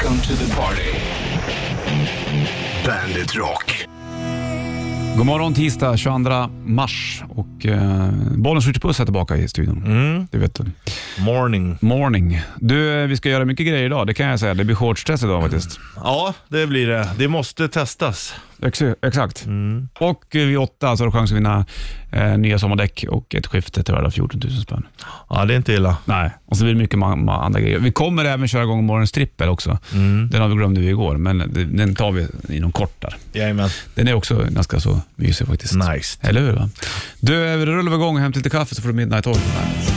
Welcome to the party. Bandit Rock. God morgon, tisdag 22 mars och Bollens Ritchbuss är tillbaka i studion. Det vet du. Morning. Du, vi ska göra mycket grejer idag, det kan jag säga. Det blir shortstest idag faktiskt. Ja, det blir det. Det måste testas. Exakt. Och vid 8 så har du chans att vinna nya sommardäck och ett skifte till värde av 14 000 spänn. Ja, det är inte illa. Nej, och så blir det mycket andra grejer. Vi kommer även köra igång morgonens trippel också. Den har vi glömde vi igår, men den tar vi inom kort där. Jajamän. Den är också ganska så mysig faktiskt. Nice. Eller hur, va? Du, vi rullar igång och hämtar lite kaffe så får du Midnight Oil på bandet.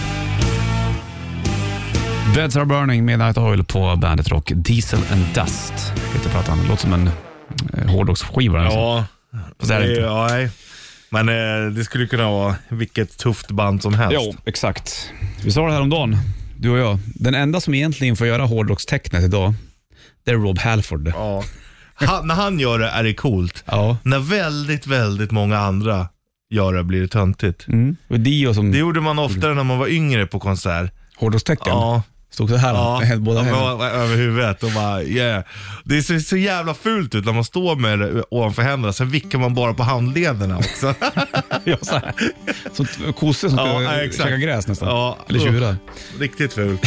Beds Are Burning, Midnight Oil på Bandit Rock. Diesel and Dust heter plattan. Det låter som en hårdrocksskiva. Ja, det är inte. Nej. Men det skulle kunna vara vilket tufft band som helst. Jo, exakt. Vi sa det här om dagen, du och jag. Den enda som egentligen får göra hårdrockstecknet idag, det är Rob Halford. Ja. När han gör det är det coolt. Ja. När väldigt, väldigt många andra gör det blir det töntigt. Och Dio som... Det gjorde man oftare när man var yngre på konsert. Hårdrockstecken? Ja. Stod så här båda över huvudet och bara, yeah. Det ser så jävla fult ut när man står med det ovanför händerna. Sen vickar man bara på handlederna också. Ja, så här. Som kossor som käkar gräs nästan. Ja, eller tjurar. Riktigt fult.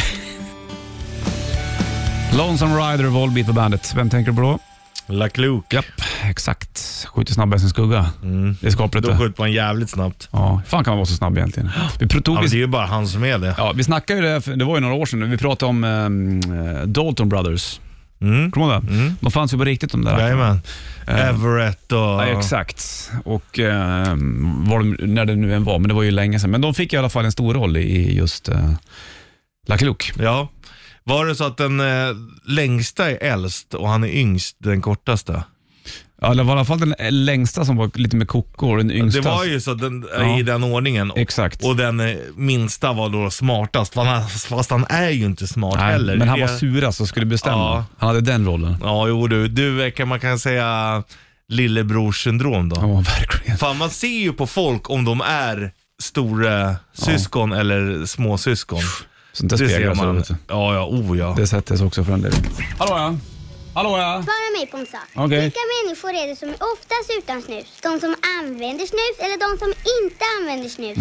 Lonesome Rider, Volbeat på bandet. Vem tänker du på då? Lucky Luke. Japp, exakt. Skjuter snabbare än sin skugga. Det är skapligt. Då skjuter man jävligt snabbt. Ja, fan kan man vara så snabb egentligen. Det är ju bara han som är det. Ja, vi snackade ju det var ju några år sedan. Vi pratade om Dalton Brothers. Kommer du ihåg det? De fanns ju på riktigt de där. Jajamän. Everett och... Ja, exakt. Och när det nu än var, men det var ju länge sedan. Men de fick i alla fall en stor roll i just Lucky Luke. Ja. Var det så att den längsta är äldst och han är yngst, den kortaste? Ja, det var i alla fall den längsta som var lite med kokor, den yngsta. Det var ju så i den ordningen. Exakt. Och den minsta var då smartast. Fast han är ju inte smart heller. Men han var surast och skulle bestämma. Ja. Han hade den rollen. Ja, jo du man kan säga lillebrors-syndrom då. Ja, verkligen. Fan, man ser ju på folk om de är stora syskon eller små syskon. Sånt där speglar man. Ja. Det sätter sig också för en del. Hallå ja. Svara mig på en sak. Okay. Vilka människor är det som är oftast utan snus? De som använder snus eller de som inte använder snus?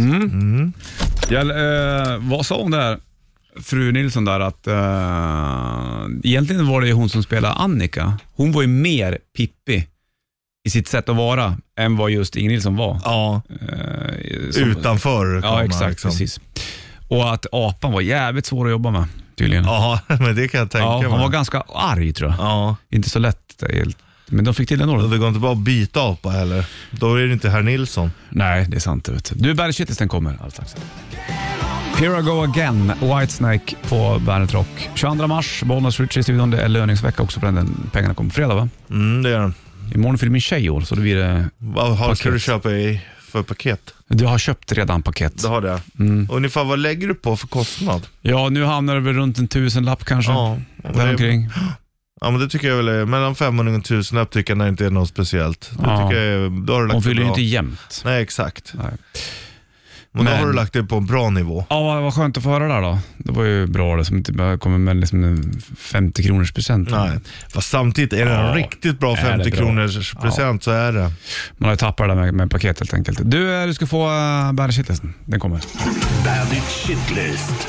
Vad sa hon där, fru Nilsson där, att egentligen var det ju hon som spelade Annika. Hon var ju mer Pippi i sitt sätt att vara än vad just Ingrid Nilsson var. Ja, utanför. Ja, exakt, liksom. Precis. Och att apan var jävligt svår att jobba med, tydligen. Ja, men det kan jag tänka mig. Han var ganska arg, tror jag. Ja. Inte så lätt, men de fick till en ordning. Det går inte bara att byta apa heller. Då är det inte herr Nilsson. Nej, det är sant, vet du. Du, Bandit Shitlist, den kommer alldeles. Here I go again, Whitesnake på Bandit Rock. 22 mars, Bollnäs Ritchie i studion. Det är löningsvecka också för den. Pengarna kommer fredag, va? Det är den. Imorgon fyller min tjej år, så då blir det vad ska du köpa för paket? Du har köpt redan paket. Det har det. Ungefär vad lägger du på för kostnad? Ja, nu hamnar det väl runt 1000-lapp kanske. Ja, däromkring. Ja, men det tycker jag väl är mellan 500 och 1000 tycker jag när det inte är något speciellt. Det tycker jag, då har du lagt. De fyller ju bra. inte jämnt. Nej, exakt. Nej. Men då har du lagt det på en bra nivå. Ja, vad skönt att få höra där då. Det var ju bra det som inte bara kommer med liksom en 50 kronors present. Nej, fast samtidigt är det en riktigt bra 50 kronors present så är det. Man har ju tappat det där med paket helt enkelt. Du ska få Bandit Shitlist. Den kommer. Bandit Shitlist.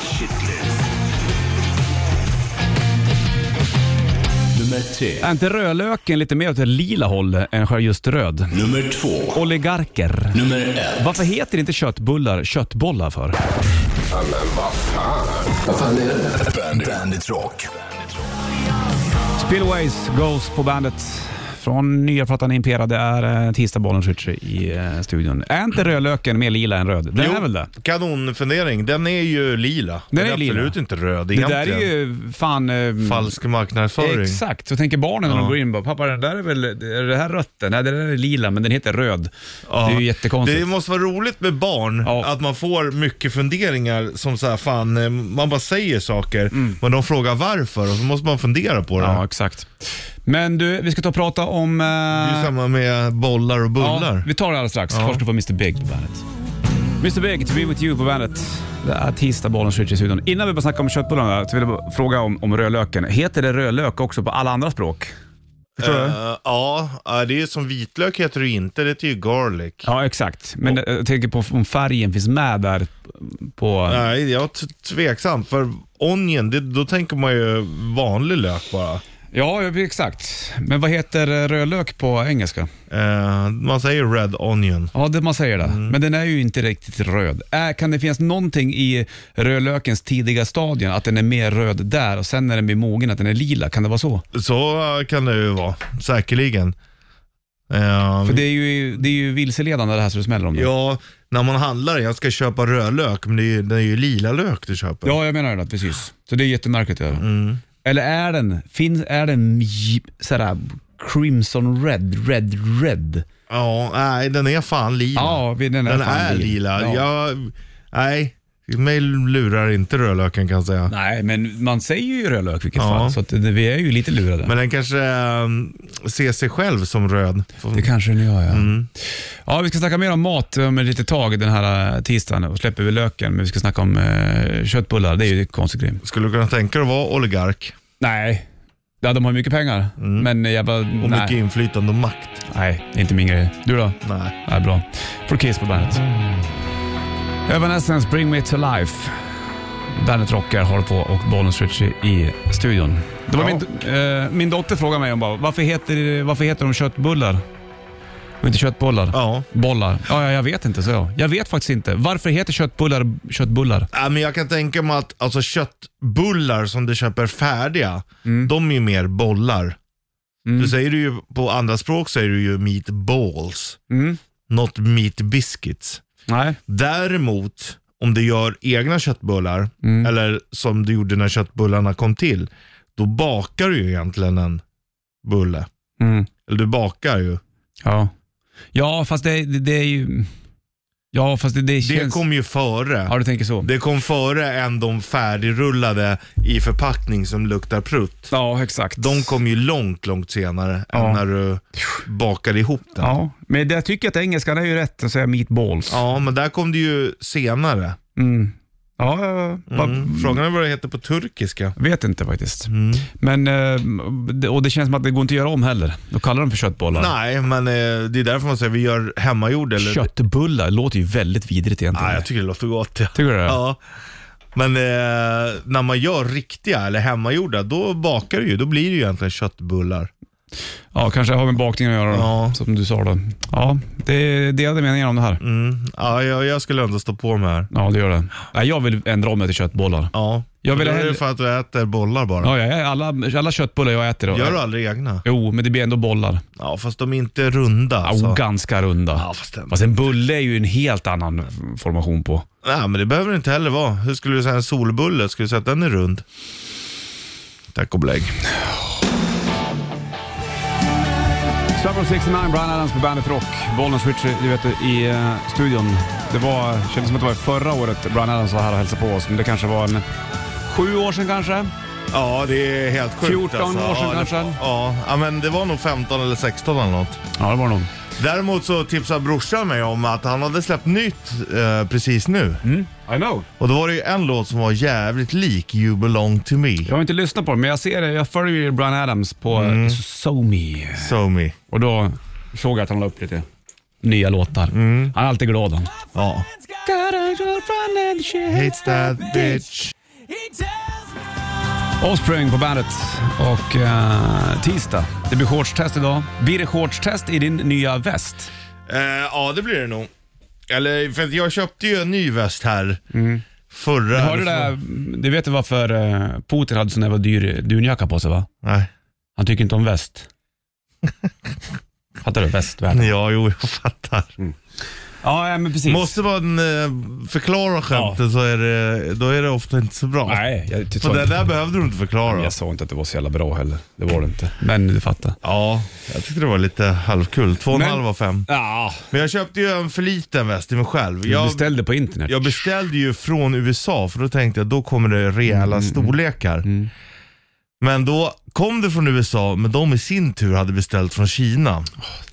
Nummer 3. Är inte rödlöken lite mer åt det lila håll än just röd? Nummer 2. Oligarker. Nummer 1. Varför heter inte köttbollar för? Ja, men vad fan är det? Bandit Rock. Spillways Goes på bandet. Från nya plattan Impera. Det är tisdag Bollnäs Ritchie i studion. Är inte rödlöken mer lila än röd? Den är väl det? Kanonfundering. Den är ju lila. Den är absolut lila. Inte röd egentligen. Det där är ju fan... falsk marknadsföring. Exakt. Så tänker barnen när de går in och pappa, den där är väl... Är det här rött? Nej, det där är lila, men den heter röd. Ja. Det är ju jättekonstigt. Det måste vara roligt med barn att man får mycket funderingar som så här, fan, man bara säger saker men de frågar varför och så måste man fundera på det. Ja, exakt. Men du, vi ska ta och prata om... Det är ju samma med bollar och bullar. Ja, vi tar det alldeles strax. Först ska vi få Mr. Big på bandet. Mr. Big, To Be With You på bandet. Det är tisdag, bollen switch i studion. Innan vi börjar snacka om köttbullarna så vill jag fråga om rödlöken. Heter det rödlök också på alla andra språk? Förstår du? Ja, det är som vitlök heter det inte, det heter ju garlic. Ja, exakt. Men jag tänker på om färgen finns med där på... Nej, jag är tveksam. För onion, då tänker man ju vanlig lök bara. Ja, exakt. Men vad heter rödlök på engelska? Man säger red onion. Ja, det man säger det. Men den är ju inte riktigt röd. Kan det finnas någonting i rödlökens tidiga stadien att den är mer röd där och sen när den blir mogen att den är lila? Kan det vara så? Så kan det ju vara, säkerligen. För det är ju vilseledande det här så det smäller om det. Ja, när man handlar, jag ska köpa rödlök, men det är ju lila lök du köper. Ja, jag menar det, precis. Så det är jättemärkligt att göra. Eller är den sådär crimson red? Ja, nej, den är fan lila. Ja, den är lila. Ja. Nej, mig lurar inte rödlöken kan jag säga. Nej, men man säger ju rödlök vilket fall, så att vi är ju lite lurade. Men den kanske ser sig själv som röd. Det kanske den gör, ja. Ja, vi ska snacka mer om mat om ett litet tag den här tisdagen och släpper vi löken, men vi ska snacka om köttbullar, det är ju ett konstigt grej. Skulle du kunna tänka dig att vara oligark? Nej. Ja, de har mycket pengar, men jävla... Och mycket inflytande och makt. Nej, det är inte min grej. Du då? Nej, bra. For Kiss på bandet. Evanescence, Bring Me To Life. Bandet Rockar håller på och bollen switcher i studion. Det var min dotter frågade mig om varför heter de köttbullar? Och inte köttbollar? Ja. Bollar? Ja, jag vet inte, så jag vet faktiskt inte. Varför heter köttbullar? Ja, men jag kan tänka mig att alltså, köttbullar som du köper färdiga, de är ju mer bollar. Du säger ju på andra språk säger du ju meatballs. Not meat biscuits. Nej. Däremot, om du gör egna köttbullar, eller som du gjorde när köttbullarna kom till, då bakar du ju egentligen en bulle. Eller du bakar ju. Ja, fast det är ju... Ja, fast det känns... Det kom ju före. Ja, du tänker så. Det kom före än de färdigrullade i förpackning som luktar prutt. Ja, exakt. De kom ju långt senare än när du bakade ihop den. Ja, men jag tycker att engelskan är ju rätt att säga meatballs. Ja, men där kom det ju senare. Frågan är vad det heter på turkiska. Vet inte faktiskt. Men och det känns som att det går inte att göra om heller. Då kallar de för köttbollar. Nej, men det är därför man säger vi gör hemmagjord eller... Köttbullar låter ju väldigt vidrigt egentligen. Nej, jag tycker det låter gott. Ja. Tycker du det? Ja. Men när man gör riktiga eller hemmagjorda, då bakar det ju. Då blir det ju egentligen köttbullar. Ja, kanske har med bakningen att göra då, som du sa då. Ja, det delade meningar om det här. Ja, jag skulle ändå stå på mig här. Ja, det gör det. Nej, jag vill ändra om det till köttbollar. Ja, jag vill det är för att du äter bollar bara. Ja, alla köttbullar jag äter. Gör du aldrig egna? Jo, men det blir ändå bollar. Ja, fast de är inte runda. Ja, ganska runda. Ja, fast en bulle är ju en helt annan formation på. Nej, men det behöver det inte heller vara. Hur skulle du säga en solbulle? Skulle du säga att den är rund? Tack och belägg. Summer 69, Bryan Adams på bandet Rock. Bollen switcher, du vet, i studion. Kändes som att det var förra året Bryan Adams var här och hälsade på oss. Men det kanske var 7 år sedan kanske? Ja, det är helt sjukt. 14 år sedan kanske? Ja, men det var nog 15 eller 16 eller något. Ja, det var nog. Däremot så tipsade brorsan mig om att han hade släppt nytt precis nu. I know. Och då var det ju en låt som var jävligt lik You Belong To Me. Jag har inte lyssnat på det, men jag följer Bryan Adams på So Me. Och då såg jag att han la upp lite nya låtar. Han är alltid glad han. Ja. Hates that bitch. Offspring på bandet och tisdag. Det blir shortstest idag. Blir det shortstest i din nya väst? Ja, det blir det nog. Eller, för jag köpte ju en ny väst här förra... Hörde det vet du varför Putin hade sån här dyr dunjacka på sig, va? Nej. Han tycker inte om väst. Fattar du? Västvärlden. Ja, jo, jag fattar. Ja, men precis. Måste man förklara skämtet så då är det ofta inte så bra. Nej, så det där behövde du inte förklara. Jag sa inte att det var så jävla bra heller. Det var det inte. Men du fattar. Ja, jag tyckte det var lite halvkul. 2,5 av 5. Ja. Men jag köpte ju en för liten väst till mig själv. Du beställde på internet. Jag beställde ju från USA, för då tänkte jag då kommer det rejäla storlekar. Men då kom det från USA, men de i sin tur hade beställt från Kina.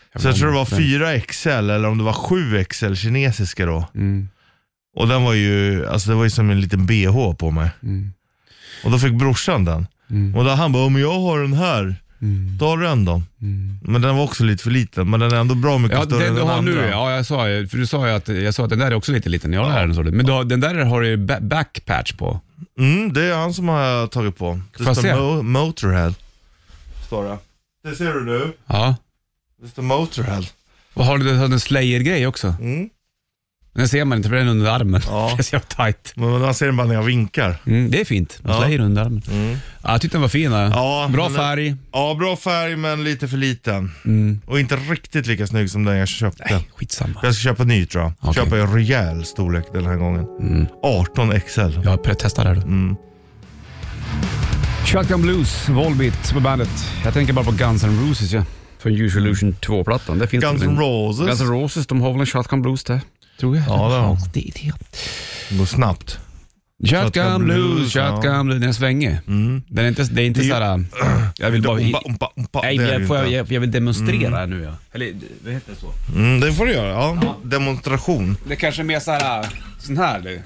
Så jag tror det var 4XL eller om det var 7XL kinesiska då. Och den var ju, alltså det var ju som en liten BH på mig. Och då fick brorsan den. Och då han bara, om jag har den här, då har du den då. Men den var också lite för liten, men den är ändå bra mycket större än den andra. Nu, ja, jag sa ju, för du sa ju att den där är också lite liten. Ja, det är den, så. Men då, den där har du backpatch på. Det är han som har tagit på. Det står Motorhead. Står det. Det ser du nu. Ja. Det står Motorhead. Och har du en Slayer-grej också? Den ser man inte för den är under armen. Ja. Det är så tight. Men man ser den bara när jag vinkar. Det är fint. Slayer under armen. Ja, jag tyckte den var fin. Bra färg. Ja, bra färg men lite för liten. Och inte riktigt lika snygg som den jag köpte. Nej, skitsamma. Jag ska köpa ny, tror jag. Okay. Köpa en rejäl storlek den här gången. 18XL. Jag har testat det då. Shotgun Blues, Volbeat på bandet. Jag tänker bara på Guns N' Roses, ja. Från Use Illusion 2-plattan. Det finns Guns N' Roses. Guns N' Roses, de har väl en Shotgun Blues där, tror jag. Ja, det går snabbt. Shotgun Blues, Shotgun Blues. Den svänger. Det är inte så här. Jag vill bara... Jag vill demonstrera nu, ja. Eller, vad heter det så? Det får du göra, ja. Demonstration. Det kanske är mer så här, sån här, det.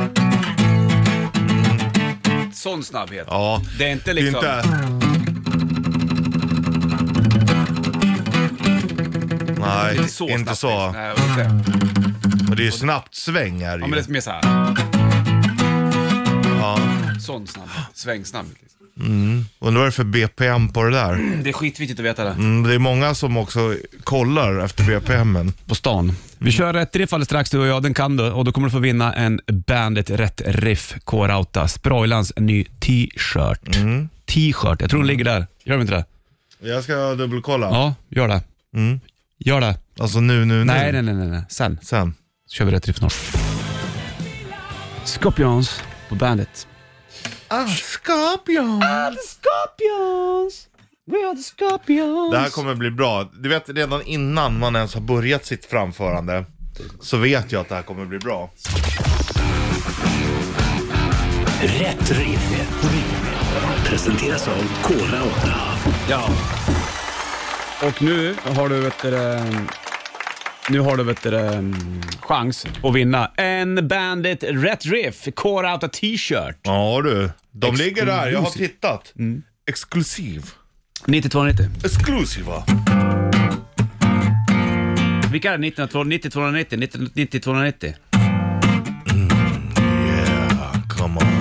Sån snabbhet. Ja. Det är inte liksom... Nej, inte inte så. Nej, och det är snabbt sväng här. Ja, men det är mer så här. Ja. Sån snabb. Svängsnabb. Och nu är det för BPM på det där. Det är skitviktigt att veta det. Det är många som också kollar efter BPMen. På stan. Vi kör rätt riff alldeles strax, du och jag. Den kan du. Och då kommer du få vinna en Bandit Rätt Riff K-Rauta Sproilans ny t-shirt. T-shirt, jag tror den ligger där. Gör de inte det? Jag ska dubbelkolla. Ja, gör det. Gör det. Alltså nu. Nej. Sen. Så kör vi rätt riff snart. Scorpions på Bandit. Scorpions. The Scorpions. We are the Scorpions. Det här kommer bli bra. Du vet, redan innan man ens har börjat sitt framförande så vet jag att det här kommer bli bra. Rätt riff. Presenteras av K-Rauta. Ja. Och nu har du chans att vinna en Bandit Rätt Riff K-Rauta t-shirt. Ja du, de ligger där, jag har tittat. Exklusiv. 9290. Exklusiva. Vilka är det? 9290? 9290. Yeah, come on.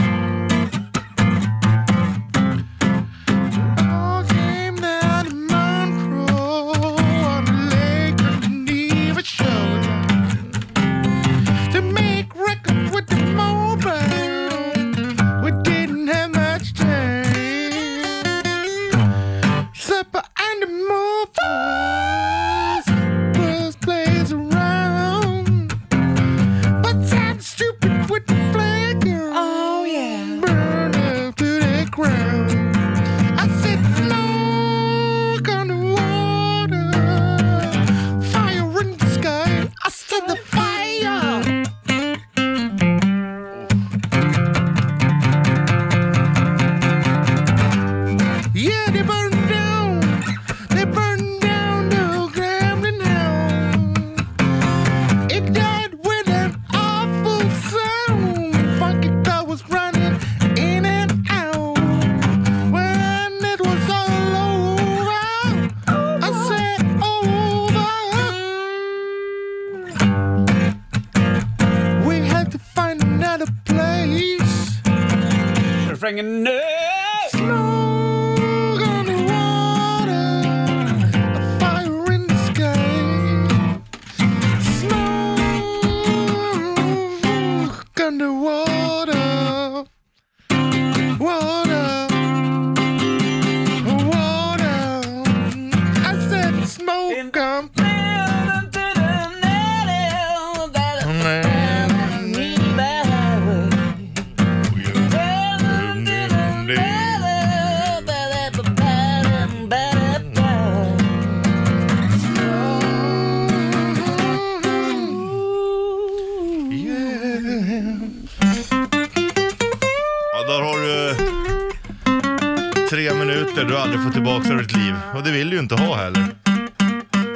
Där har du 3 minuter du aldrig får tillbaka ditt liv. Och det vill du ju inte ha heller.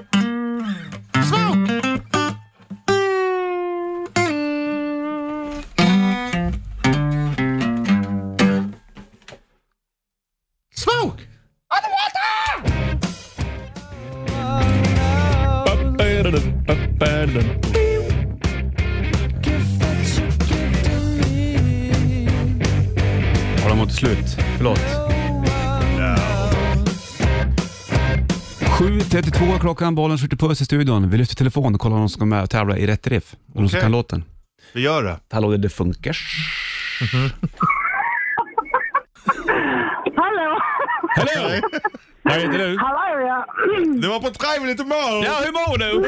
Coke! Har de mot slut? Förlåt. 7:32 klockan, bollen skjuter puss i studion. Vi lyfter telefon och kollar om de ska med och tävla i rätt riff. Och de som kan låten. Vi gör det. Hallå, det funkar. Hallå! Hallå! Vad heter du? Hallå, ja. Det var på trevligt humör. Ja, hur mår du?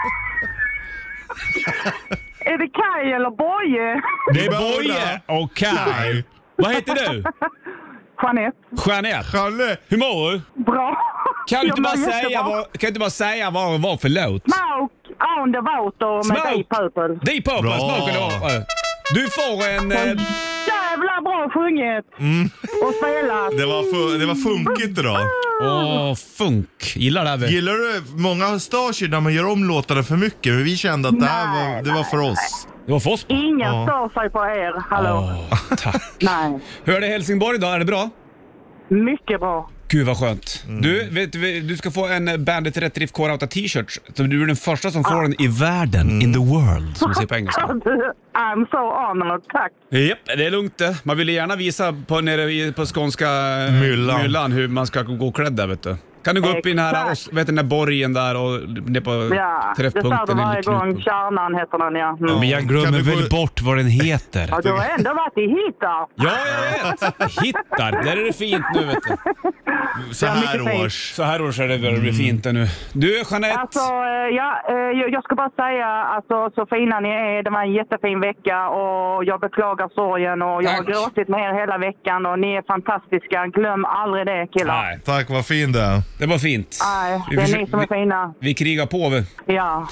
Är det Kaj eller Boje? Det är Boje och Kaj. Vad heter du? Jeanette. Janne. Hur mår du? Bra. Kan du inte Jag bara mår säga jättebra. kan du inte bara säga vad det var för låt? Smoke on the water med Deep Purple. Deep Purple, Bra. Smoke on the Water. Du får en... Jävla bra sjunget och spelat. Det var funkigt idag. Funk. Gillar det här. Gillar du, många stör sig när man gör om låtarna för mycket, men vi kände att det var för oss. Det var för oss. Ingen stör sig på er. Hallå. Tack. Nej. Hur är det i Helsingborg idag? Är det bra? Mycket bra. Gud vad skönt. Du, du ska få en Bandit Rätt Riff Core-Outa t-shirt. Så du är den första som får den i världen, in the world, som vi säger på engelska. I'm so honored, tack. Japp, det är lugnt det. Man vill gärna visa på skånska myllan hur man ska gå klädd där, vet du. Kan du gå upp i den här, den där borgen där och ner på träffpunkten? Det står varje gång. Kärnan heter den, ja. Mm. Men jag glömmer väl bort vad den heter. Ja, du har ändå varit i Hittar. Ja, jag vet. Hittar, där är det fint nu, vet du. Så här års är det väl blir fint nu. Du, Jeanette. Alltså, jag ska bara säga, alltså, så fina ni är. Det var en jättefin vecka och jag beklagar sorgen och jag har gråtit med er hela veckan och ni är fantastiska. Glöm aldrig det, killar. Nej. Tack, vad fin det är. Det var fint. Nej, det är ni som är fina. Vi krigar på. Ja.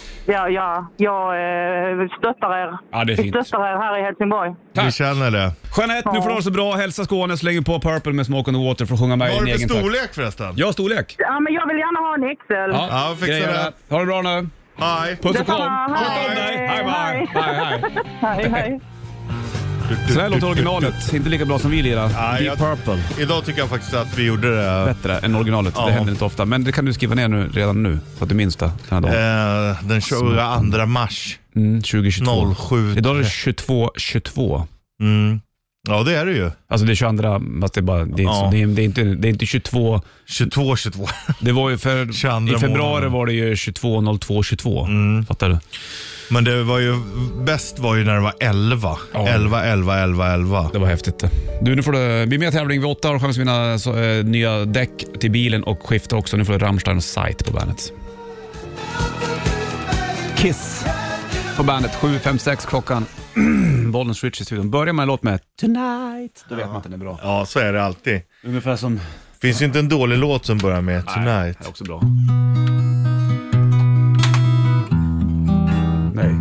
Jag stöttar er. Ja, det är fint. Vi stöttar er här i Helsingborg. Tack. Vi känner det. Jeanette, nu får du ha så bra. Hälsa Skåne, slänger på Purple med Smoke on the Water för att sjunga med i Vad din är det egen för takt. storlek förresten? Ja, storlek. Ja, men jag vill gärna ha en XL. Ja, fixa grejer det. Ha det bra nu. Hej. Puss och kram. Detsamma. Sköt om dig. Hej, bye. Hej. Hej. Så här låter originalet. Inte lika bra som vi lirar. Deep Purple. Idag tycker jag faktiskt att vi gjorde det Bättre än originalet. Ja. Det händer inte ofta. Men det kan du skriva ner redan nu. Så att du minns det den här dagen. den 22 mars 2022. 07. Idag är det 22. Ja, det är det ju. Alltså det är 22, fast det är bara det är inte 22. 22. Det var ju i februari månaden. var det ju 22. Fattar du? Men det var ju bäst var ju när det var 11. Ja. 11. Det var häftigt det. Du, nu får du bli med tävling vid 8 och chans att vinna nya däck till bilen och skifta också. Nu får du Rammstein och Sight på bandet. Kiss på bandet 7:56 klockan. Bollen switch i studion. Börjar man en låt med Tonight. Då vet man att den är bra. Ja, så är det alltid. Ungefär som... Finns ju inte en dålig låt som börjar med Tonight. Nej, det är också bra. Nej.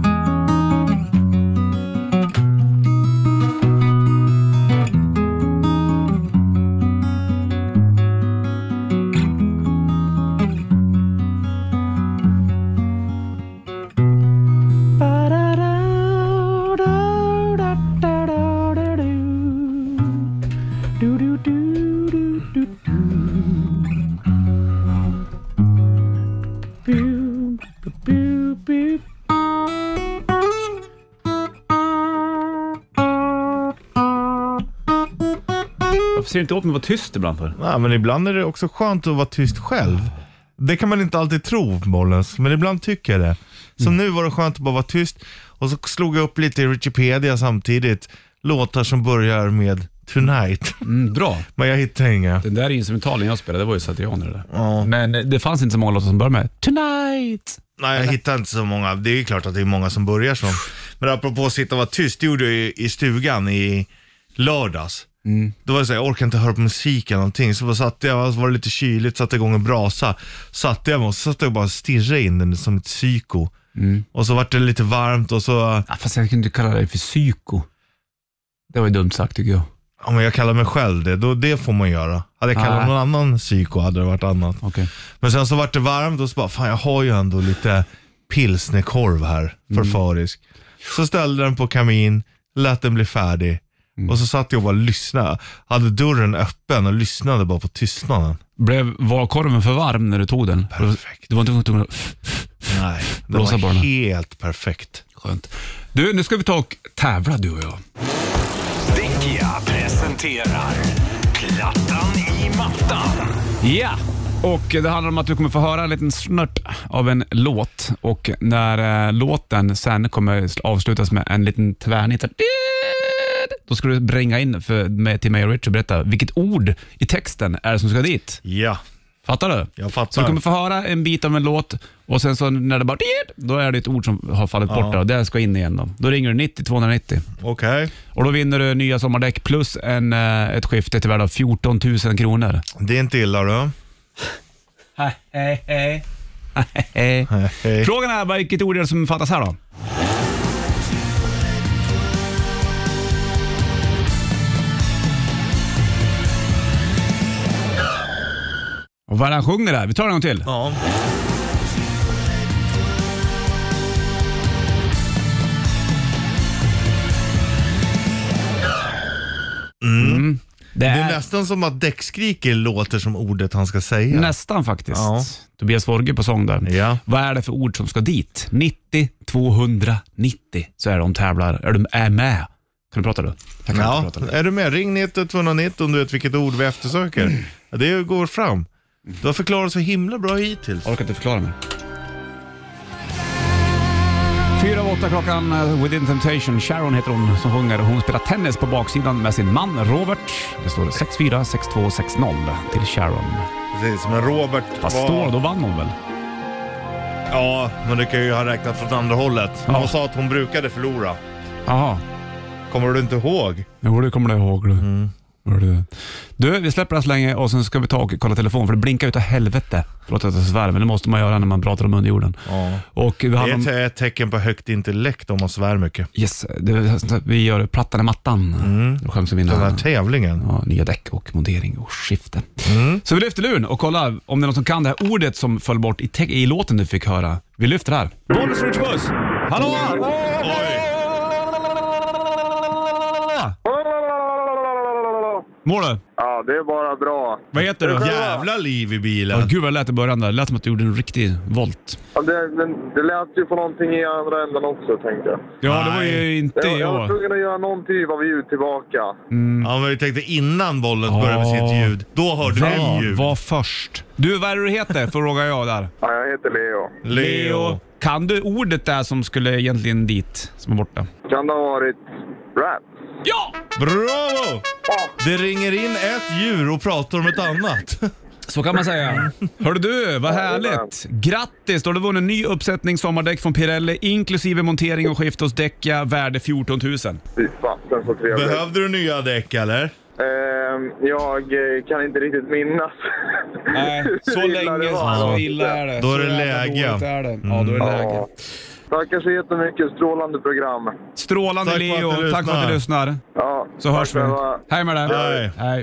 Varför ser du inte åt mig att vara tyst ibland för? Ja, men ibland är det också skönt att vara tyst själv. Det kan man inte alltid tro, Bollens, men ibland tycker jag det. Så nu var det skönt att bara vara tyst. Och så slog jag upp lite i Wikipedia samtidigt. Låtar som börjar med Tonight. Bra. Men jag hittar inga. Den där instrumentalen jag spelade, det var ju Satrianer det där. Ja. Men det fanns inte så många låtar som började med Tonight. Nej, jag hittar inte så många. Det är klart att det är många som börjar som. Men apropå att sitta och vara tyst, det gjorde jag i stugan i lördags. Då var det så här, jag orkar inte höra på musik eller någonting. Så satt jag, så var det lite kyligt, satte igång en brasa. Satte jag mig och så satt jag bara och stirrade in den som ett psyko. Och så var det lite varmt och så... Ja, fast jag kunde inte kalla det för psyko. Det var ju dumt sagt tycker jag. Ja, men jag kallar mig själv det, då det får man göra. Hade jag kallat någon annan psyko hade det varit annat. Okay. Men sen så var det varmt och så bara, fan jag har ju ändå lite pilsnerkorv här, förförisk. Så ställde den på kamin, lät den bli färdig. Och så satt jag och bara lyssnade. Hade dörren öppen och lyssnade bara på tystnaden. Var korven för varm när du tog den? Perfekt. Du var inte tvungen att... Nej, det var helt perfekt. Skönt. Du, nu ska vi ta och tävla, du och jag. Dickia presenterar Plattan i mattan. Ja, och det handlar om att du kommer få höra en liten snört av en låt. Och när låten sen kommer avslutas med en liten tvärnit, då ska du bringa in till mig och Richard och berätta vilket ord i texten är det som ska dit. Ja. Fattar du? Jag fattar. Så du kommer få höra en bit av en låt och sen så när det bara då är det ett ord som har fallit bort där och det ska in igen då ringer du 90-290. Okej. Och då vinner du nya sommardäck plus ett skifte till värde av 14 000 kronor. Det är inte illa då. Hej. Frågan är vilket ord är det som fattas här då? Och vad han sjunger där? Vi tar en gång till. Ja. Det är nästan som att däckskriker låter som ordet han ska säga. Nästan faktiskt. Ja. Tobias Forge på sång där. Ja. Vad är det för ord som ska dit? 90-290 så är de tävlar. Är du med? Kan du prata då? Jag kan inte prata. Är du med? Ring 90-290 om du vet vilket ord vi eftersöker. Det går fram. Du har förklarat så himla bra hittills. Jag orkar inte förklara mig. 4:08 klockan, Within Temptation. Sharon heter hon som sjunger. Hon spelar tennis på baksidan med sin man Robert. Det står 6-4-6-2-6-0 till Sharon. Precis, men Robert Fast då vann hon väl? Ja, men det kan ju ha räknat från andra hållet. Hon sa att hon brukade förlora. Jaha. Kommer du inte ihåg? Jo, det kommer jag ihåg. Du, vi släpper det så länge och sen ska vi ta och kolla telefon för det blinkar ut av helvete. Förlåt att jag svär, men det måste man göra när man pratar om underjorden. Ja. Och vi det är ett tecken på högt intellekt om man svär mycket. Yes, vi gör plattan i mattan. Då skäms vi vinna den här tävlingen. Ja, nya däck och montering och skifte. Så vi lyfter luren och kollar om det är någon som kan det här ordet som föll bort i låten du fick höra. Vi lyfter här. Bonus Rich Buss! Hallå! Mår du? Ja, det är bara bra. Vad heter du? Jävla liv i bilen. Ja, gud vad lät i början där. Det lät som att du gjorde en riktig volt. Ja, det lät ju på någonting i andra änden också, tänkte jag. Ja, det var ju inte jag var tvungen att göra någon typ av ljud tillbaka. Ja, men vi tänkte innan bollen började med sitt ljud. Då hörde du ljud. Var först. Du, vad är det du heter? Frågar jag där. Ja, jag heter Leo. Kan du ordet där som skulle egentligen dit, som är borta? Kan det ha varit rap? Ja! Bravo! Det ringer in ett djur och pratar om ett annat. Så kan man säga. Hörde du, vad härligt. Grattis, då har du vunnit en ny uppsättning sommardäck från Pirelli, inklusive montering och skift hos Däcka, värde 14 000. Fy fan, så trevligt. Behövde du nya däck eller? Jag kan inte riktigt minnas. Nej, så länge, så illa är det. Då är det läge. Ja, då är det läge. Tackar så jättemycket, strålande program. Strålande Leo, tack för att du lyssnar. Ja, så hörs vi. Hej med dig. Hej.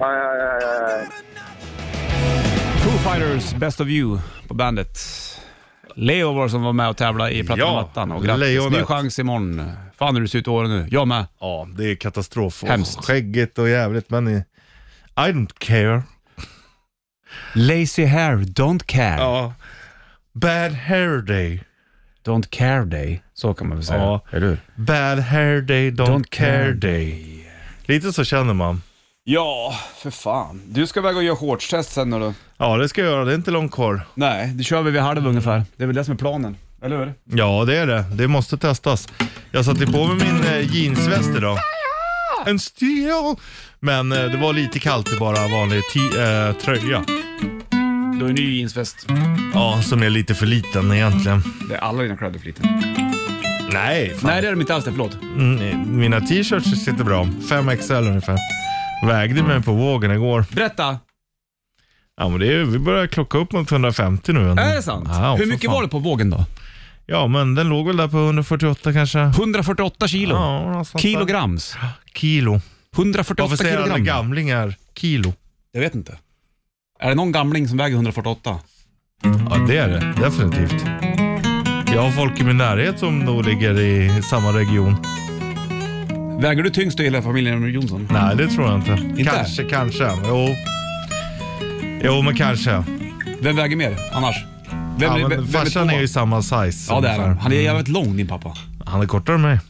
Foo Fighters, Best of You på bandet. Leo var som var med och tävla i plattan mattan. Och grattis, ny chans imorgon. Fan hur det ser ut året nu. Jag med. Ja, det är katastrof. Hemskt. Skäggigt och jävligt, men I don't care. Lazy hair, don't care. Ja. Bad hair day. Don't care day. Så kan man väl säga. Ja. Eller? Bad hair day, don't care day. Lite så känner man. Ja, för fan. Du ska väga och göra shortstest sen då? Ja, det ska jag göra. Det är inte långt kvar. Nej, det kör vi vid halv ungefär. Det är väl det som är planen. Eller hur? Ja, det är det. Det måste testas. Jag satte på med min jeansväst idag. En stil. Men det var lite kallt i bara vanlig tröja. Du har en ny jeansväst. Ja, som är lite för liten egentligen. Det är alla dina kläder för liten. Nej, fan. Nej, det är de inte alls det, förlåt. Mina t-shirts sitter bra. 5XL ungefär. Vägde mig på vågen igår. Berätta. Ja, men vi börjar klocka upp mot 150 nu. Är det sant? Ja, hur mycket var det på vågen då? Ja, men den låg väl där på 148 kanske. 148 kilo? Ja, kilograms? Kilo. 148 varför säger kilogram? Alla gamlingar kilo? Jag vet inte. Är det någon gamling som väger 148? Ja, det är det. Definitivt. Jag har folk i min närhet som då ligger i samma region. Väger du tyngst i hela familjen Jonsson? Nej, det tror jag inte. Inte? Kanske. Jo, men kanske. Vem väger mer annars? Farsan är ju samma size. Ja, det är han. Han är jävligt lång, din pappa. Han är kortare än mig.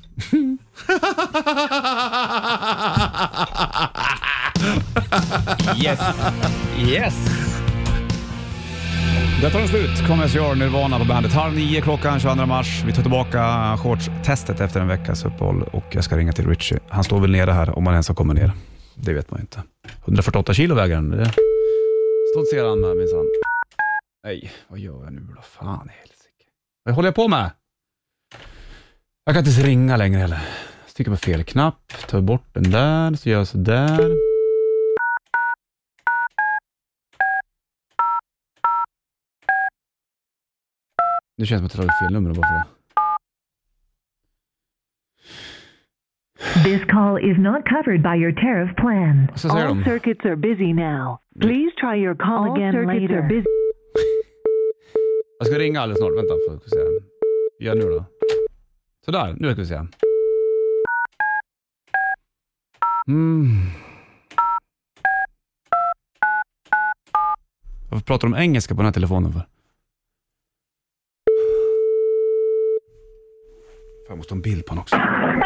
Yes. Yes. Det tar slut. Kommer jag göra Nirvana på bandet. 8:30 klockan 22 mars. Vi tar tillbaka shortstestet efter en veckas uppehåll och jag ska ringa till Richie. Han står väl nere här om han ens har kommit ner. Det vet man inte. 148 kilo väger han. Det stoltserar han med minsann. Nej, vad gör jag nu då? Fan i helsike. Vad håller jag på med? Jag kan inte ens ringa längre heller. Jag trycker på fel knapp. Tar bort den där. Så gör jag så där. Det känns som att jag tar fel nummer bara för det. This call is not covered by your tariff plan. Så säger All de. circuits are busy now. Please try your call again later. Jag ska ringa alldeles snart. Vänta, får vi se. Gör nu då. Sådär, nu ska vi se. Varför pratar de engelska på den här telefonen för? Jag måste ha en bild på den också.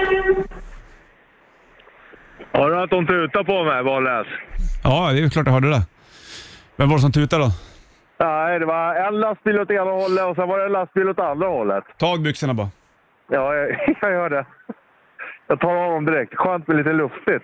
Har du att de tutar på mig, Bolles? Ja, det är ju klart jag hörde det. Vem var det som tutade då? Nej, det var en lastbil åt ena hållet och sen var det en lastbil åt andra hållet. Tag byxorna bara. Ja, jag gör det. Jag tar av dem direkt. Skönt med lite luftigt.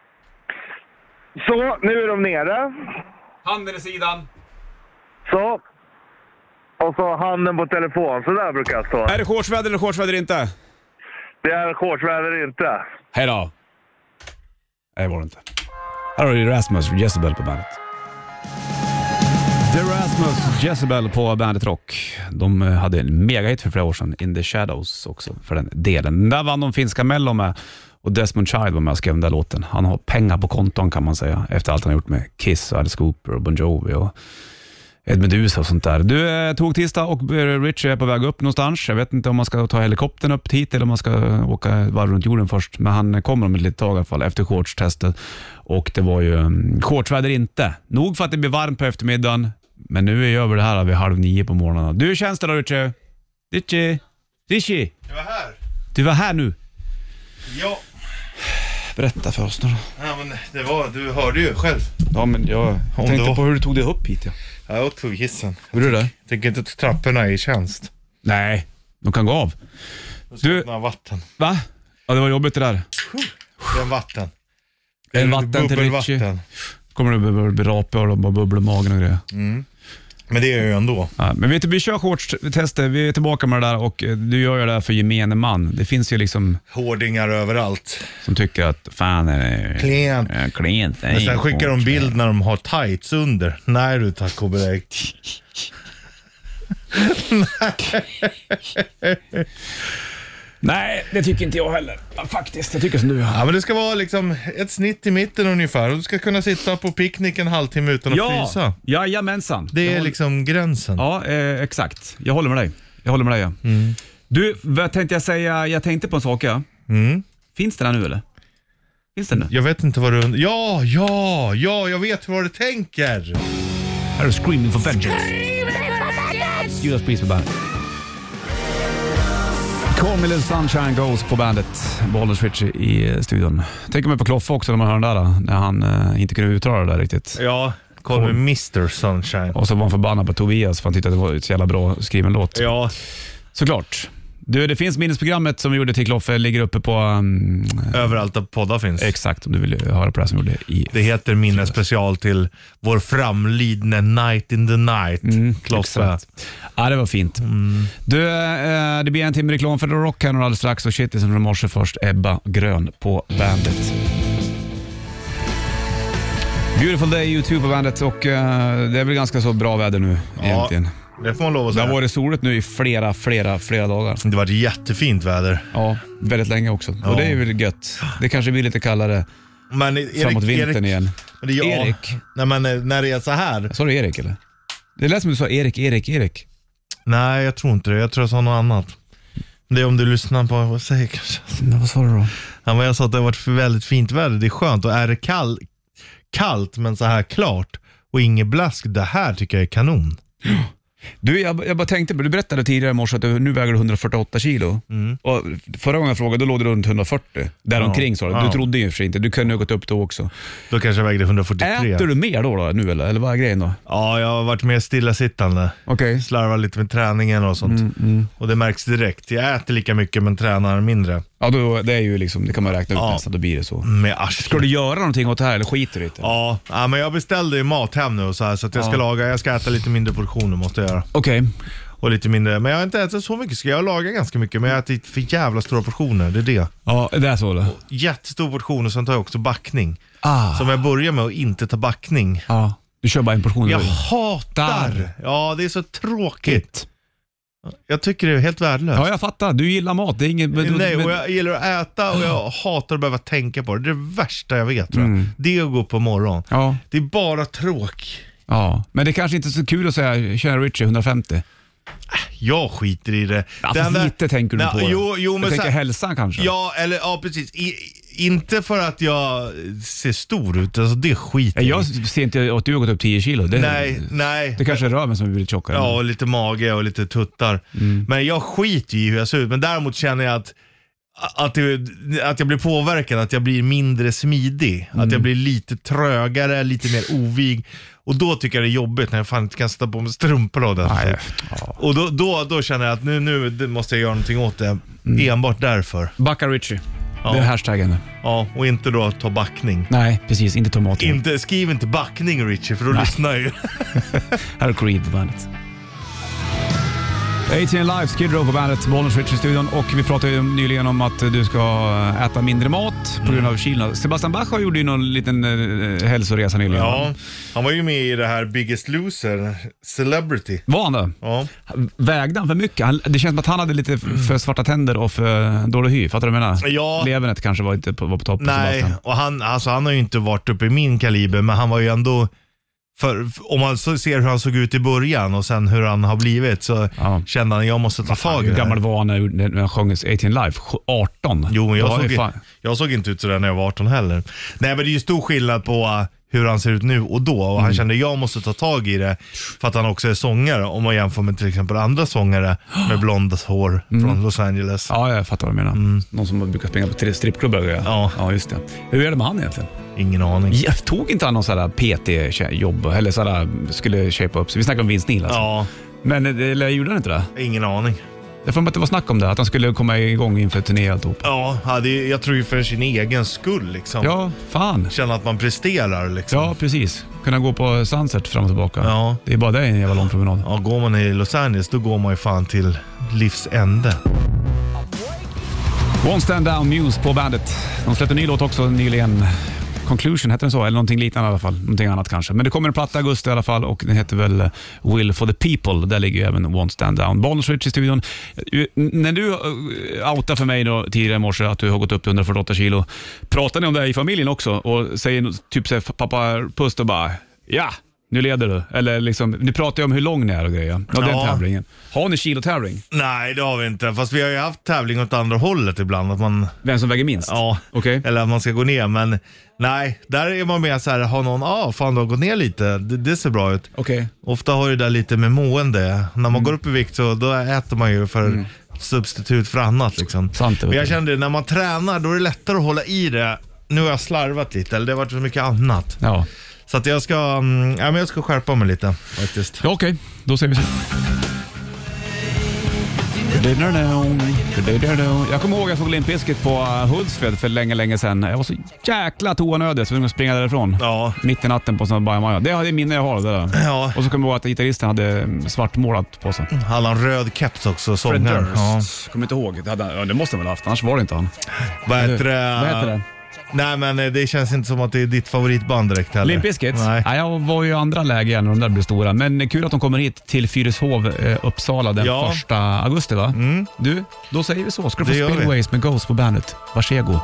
Så, nu är de nere. Handen i sidan. Så. Och så handen på telefon. Så där brukar jag stå. Är det shortsväder eller shortsväder inte? Det är shortsväder inte. Hej då. Nej, var det inte. Här har du Rasmus och Jezebel på bandet. The Rasmus Jezebel på Bandet Rock. De hade en megahit för flera år sedan, In the Shadows också för den delen. Där vann de finska Mello med och Desmond Child var med och skrev den där låten. Han har pengar på konton kan man säga efter allt han har gjort med Kiss och Alice Cooper och Bon Jovi och Ed Meduza och sånt där. Du tog tisdag och Richie är på väg upp någonstans. Jag vet inte om man ska ta helikoptern upp hit eller om man ska åka varv runt jorden först. Men han kommer om ett litet tag i alla fall efter shortstestet. Och det var ju shortsväder inte. Nog för att det blir varmt på eftermiddagen. Men nu är jag över det här vid 8:30 på morgonen. Du, hur känns det då, Richie? Richie? Jag var här. Du var här nu. Ja. Berätta för oss då. Ja, men det var, du hörde ju själv. Ja, men jag tänkte på hur du tog dig upp hit. Ja, jag tog hissen. Hur är det? Jag tänker inte att trapporna är i tjänst. Nej, de kan gå av. Du vatten. Va? Ja, det var jobbigt det där. Det är vatten. En vatten till Richie. Kommer det bli rapig och bubbla magen och grejer. Men det är ju ändå. Ja, men vet du, vi kör shortstester. Vi är tillbaka med det där och du gör ju det här för gemene man. Det finns ju liksom hårdingar överallt som tycker att fan är det klent. Men sen skickar de bild när de har tights under. Nej du, tack och belägg. Nej, det tycker inte jag heller. Faktiskt, jag tycker som du. Ja, men det ska vara liksom ett snitt i mitten ungefär. Och du ska kunna sitta på picknick en halvtimme utan att frysa. Jajamensan. Det är liksom gränsen. Ja, exakt. Jag håller med dig. Ja. Du, vad tänkte jag säga? Jag tänkte på en sak, ja. Finns det där nu eller? Finns det nu? Jag vet inte vad du... Ja, jag vet vad du tänker. Här är Screaming for Vengeance. Judas Priest på bandet. Call Me Little Sunshine Goes på bandet. Bollnäs Richie i studion. Tänker man på Kloffe också när man hör den där. När han inte kunde uttala det där riktigt. Ja, Call Me Mr. Sunshine. Och så var han förbannad på Tobias för han tyckte att det var ett så jävla bra skriven låt. Ja. Såklart. Du, det finns minnesprogrammet som vi gjorde till Kloffe, ligger uppe på... överallt där poddar finns. Exakt, om du vill höra på det som vi gjorde i... Det heter minnespecial till vår framlidne Night in the Night. Kloffe. Ja, det var fint. Du, det blir en timme reklam för The Rock här alldeles strax och shit som morse först Ebba Grön på bandet. Beautiful Day, YouTube på bandet och det är väl ganska så bra väder nu egentligen. Det får man lov att säga. Det har varit soligt nu i flera dagar. Det var jättefint väder. Ja, väldigt länge också. Ja. Och det är väl gött. Det kanske blir lite kallare framåt vintern igen. Erik. Nej, men när det är så här. Sa du Erik eller? Det lät som du sa Erik. Nej, jag tror inte det. Jag tror jag sa något annat. Det är om du lyssnar på vad säger kanske. Vad sa du då? Ja, men jag sa att det har varit väldigt fint väder. Det är skönt och är det kallt men så här klart och inget blask. Det här tycker jag är kanon. Du, jag bara tänkte, du berättade tidigare i morse att du nu väger du 148 kilo. Och förra gången jag frågade, då låg du runt 140. Däromkring sa du. Du trodde ju för inte. Du kunde ha gått upp då också. Då kanske jag vägde 143. Äter du mer då nu eller vad är grejen då? Ja, jag har varit mer stillasittande. Okay. Slarvar lite med träningen och sånt. Och det märks direkt. Jag äter lika mycket men tränar mindre. Ja, då, det är ju liksom, det kan man räkna ut nästan, då blir det så. Med arslet. Ska du göra någonting åt det här eller skiter du i det? Ja, men jag beställde ju mat hem nu så att jag ska äta lite mindre portioner måste jag göra. Okej. Och lite mindre, men jag har inte ätit så mycket. Ska jag laga ganska mycket, men jag har ätit för jävla stora portioner, det är det. Ja, det är så då. Jättestor portion och sen tar jag också backning. Så om jag börjar med att inte ta backning. Ja, du kör bara en portion. Jag hatar. Ja, det är så tråkigt. Jag tycker det är helt värdelöst. Ja, jag fattar. Du gillar mat. Det är inget... Nej, och jag gillar att äta och jag hatar att behöva tänka på det. Det är det värsta jag vet, tror jag. Det är att gå upp på morgon. Ja. Det är bara tråk. Ja, men det är kanske inte så kul att säga kör Richie 150. Jag skiter i det. Ja, lite tänker du på det. Jo, men jag tänker hälsan kanske. Ja, precis. Inte för att jag ser stor ut, alltså det skiter jag ser inte att du har gått upp 10 kilo. Nej. Det kanske är röven som blir lite tjockare. Ja, och lite mage och lite tuttar. Men jag skiter i hur jag ser ut. Men däremot känner jag att jag blir påverkad, att jag blir mindre smidig. Att jag blir lite trögare, lite mer ovig. Och då tycker jag det är jobbigt när jag fan inte kan sätta på mig strumpor och det. Och då känner jag att nu måste jag göra någonting åt det. Enbart därför. Backa Richie. Det är hashtaggen. Ja, och inte då ta backning. Nej, precis. Inte tomat. Skriv inte backning Richie, för då lyssnar jag ju. Här är Creed på bandet. 18 Live, Skid Row på bandet, Bollnäs Richie-studion. Och vi pratade ju nyligen om att du ska äta mindre mat på grund av kilna. Sebastian Bach gjorde ju någon liten hälsoresa nyligen. Ja, han var ju med i det här Biggest Loser, Celebrity. Var han då? Ja. Vägde han för mycket? Det känns som att han hade lite för svarta tänder och för dålig hy. Fattar du vad jag menar? Ja. Levernet kanske var inte på topp. Nej, Sebastian. och han har ju inte varit uppe i min kaliber, men han var ju ändå... För om man så ser hur han såg ut i början och sen hur han har blivit, så kände han att jag måste ta tag i det. Hur gammal var han när han sjöng 18 Live? 18? Jo, men jag såg inte ut sådär när jag var 18 heller. Nej, men det är ju stor skillnad på hur han ser ut nu och då. Och han kände att jag måste ta tag i det för att han också är sångare. Om man jämför med till exempel andra sångare med blondat hår från Los Angeles. Ja, jag fattar vad du menar. Någon som brukar springa på strippklubbar. Ja, just det. Hur är det med han egentligen? Ingen aning. Jag tog inte han någon sådär PT-jobb eller sådär skulle shape upp. Så vi snackar om Vince Neil alltså. Ja. Men eller gjorde han inte det? Ingen aning. Jag får att det var snack om det, att han skulle komma igång inför turné och alltihop. Ja, jag tror ju för sin egen skull liksom. Ja, fan. Känna att man presterar liksom. Ja, precis. Kunna gå på Sunset fram och tillbaka. Ja. Det är bara det en jävla lång promenad. Ja, går man i Los Angeles, då går man ju fan till livs ände. One Stand Down, Muse på bandet. De släppte en ny låt också nyligen. Conclusion heter den så, eller någonting liknande i alla fall. Någonting annat kanske. Men det kommer en platta i augusti i alla fall och den heter väl Will for the People. Där ligger ju även One Stand Down. Bollnäs Richie i studion. När du outar för mig då tidigare i morse att du har gått upp till 148 kilo, pratar ni om det i familjen också och säger typ så här, pappa Pust och bara ja, nu leder du. Eller liksom, ni pratar ju om hur lång ni är och grejer. Ja, den tävlingen. Har ni kilotävling? Nej, det har vi inte. Fast vi har ju haft tävling åt andra hållet ibland. Att man... Vem som väger minst? Ja, eller att man ska gå ner. Men nej, där är man med så här, har någon, fan du har gått ner lite. Det ser bra ut. Ofta har ju det där lite med mående. När man går upp i vikt så då äter man ju för substitut för annat liksom. Sant, men jag kände när man tränar då är det lättare att hålla i det. Nu har jag slarvat lite, eller det har varit så mycket annat. Ja. Så att jag ska skärpa mig lite faktiskt. Ja, okej. Då ser vi så. Jag kommer ihåg att jag såg Limp Bizkit på Hultsfred för länge sedan. Jag var så jäkla toanödig så vi måste springa därifrån. Ja. Mitt i natten på sån bajamaja. Det är minne jag har det där. Ja. Och så kommer jag ihåg att gitarristen hade svartmålat på sig. Han har röd keps också, sångaren. Ja. Kommer inte ihåg. Det måste han väl haft, annars var det inte han. Vad heter det? Nej, men det känns inte som att det är ditt favoritband direkt heller. Limp Bizkit? Nej, jag var ju i andra lägen när de där blev stora. Men kul att de kommer hit till Fyrishov, Uppsala den 1 augusti va? Du, då säger vi så. Ska du få Spillways med Ghost på bandet. Varsågod.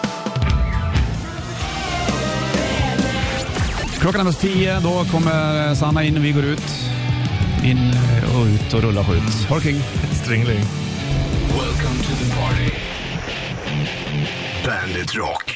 Klockan är 10, då kommer Sanna in och vi går ut. In och ut och rullar skjut. Harking. Stringling. Welcome Welcome to the party. Bandit Rock.